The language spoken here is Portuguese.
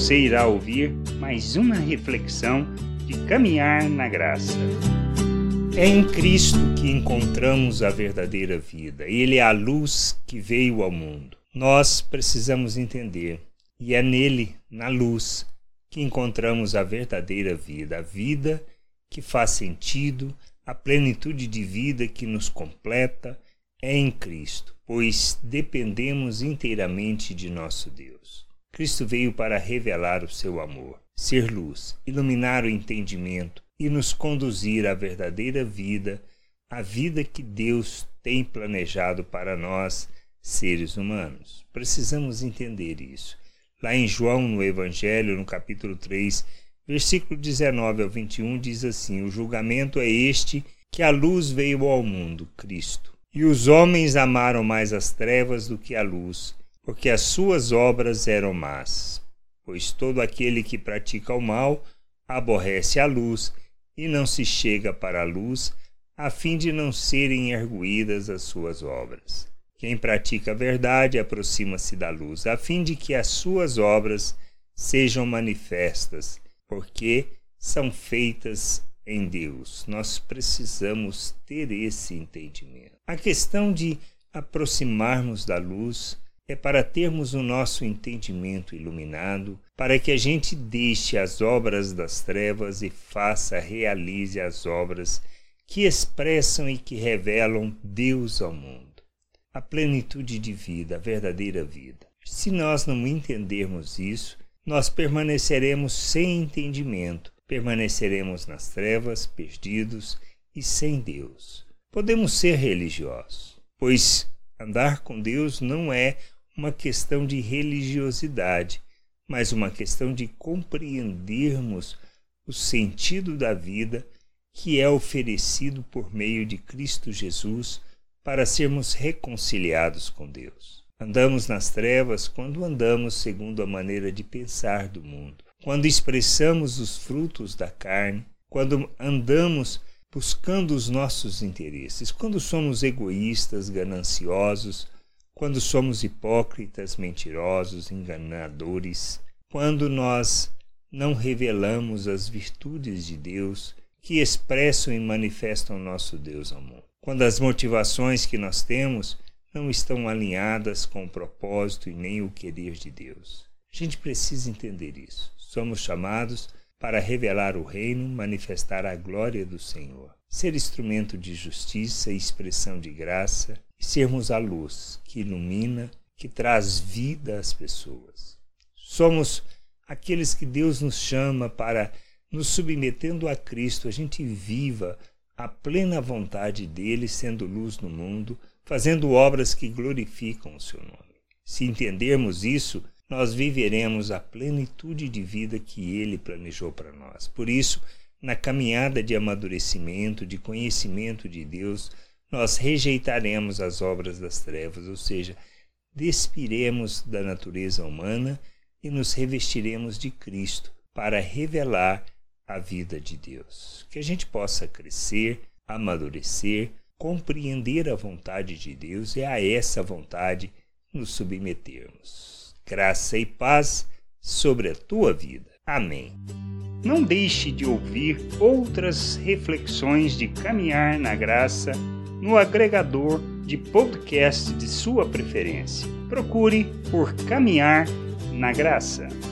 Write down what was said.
Você irá ouvir mais uma reflexão de Caminhar na Graça. É em Cristo que encontramos a verdadeira vida. Ele é a luz que veio ao mundo. Nós precisamos entender, e é nele, na luz, que encontramos a verdadeira vida, a vida que faz sentido, a plenitude de vida que nos completa, é em Cristo, pois dependemos inteiramente de nosso Deus. Cristo veio para revelar o seu amor, ser luz, iluminar o entendimento e nos conduzir à verdadeira vida, a vida que Deus tem planejado para nós, seres humanos. Precisamos entender isso. Lá em João, no Evangelho, no capítulo 3, versículo 19 ao 21, diz assim: o julgamento é este, que a luz veio ao mundo, Cristo. E os homens amaram mais as trevas do que a luz, porque as suas obras eram más. Pois todo aquele que pratica o mal aborrece a luz e não se chega para a luz, a fim de não serem arguídas as suas obras. Quem pratica a verdade aproxima-se da luz, a fim de que as suas obras sejam manifestas, porque são feitas em Deus. Nós precisamos ter esse entendimento. A questão de aproximarmos da luz é para termos o nosso entendimento iluminado, para que a gente deixe as obras das trevas e realize as obras que expressam e que revelam Deus ao mundo. A plenitude de vida, a verdadeira vida. Se nós não entendermos isso, nós permaneceremos sem entendimento, permaneceremos nas trevas, perdidos e sem Deus. Podemos ser religiosos, pois andar com Deus não é uma questão de religiosidade, mas uma questão de compreendermos o sentido da vida que é oferecido por meio de Cristo Jesus para sermos reconciliados com Deus. Andamos nas trevas quando andamos segundo a maneira de pensar do mundo, quando expressamos os frutos da carne, quando andamos buscando os nossos interesses, quando somos egoístas, gananciosos, quando somos hipócritas, mentirosos, enganadores, quando nós não revelamos as virtudes de Deus que expressam e manifestam nosso Deus ao mundo. Quando as motivações que nós temos não estão alinhadas com o propósito e nem o querer de Deus. A gente precisa entender isso. Somos chamados para revelar o reino, manifestar a glória do Senhor, ser instrumento de justiça e expressão de graça, e sermos a luz que ilumina, que traz vida às pessoas. Somos aqueles que Deus nos chama para, nos submetendo a Cristo, a gente viva a plena vontade dele, sendo luz no mundo, fazendo obras que glorificam o seu nome. Se entendermos isso, nós viveremos a plenitude de vida que ele planejou para nós. Por isso, na caminhada de amadurecimento, de conhecimento de Deus, nós rejeitaremos as obras das trevas, ou seja, despiremos da natureza humana e nos revestiremos de Cristo para revelar a vida de Deus. Que a gente possa crescer, amadurecer, compreender a vontade de Deus e a essa vontade nos submetermos. Graça e paz sobre a tua vida. Amém. Não deixe de ouvir outras reflexões de Caminhar na Graça no agregador de podcast de sua preferência. Procure por Caminhar na Graça.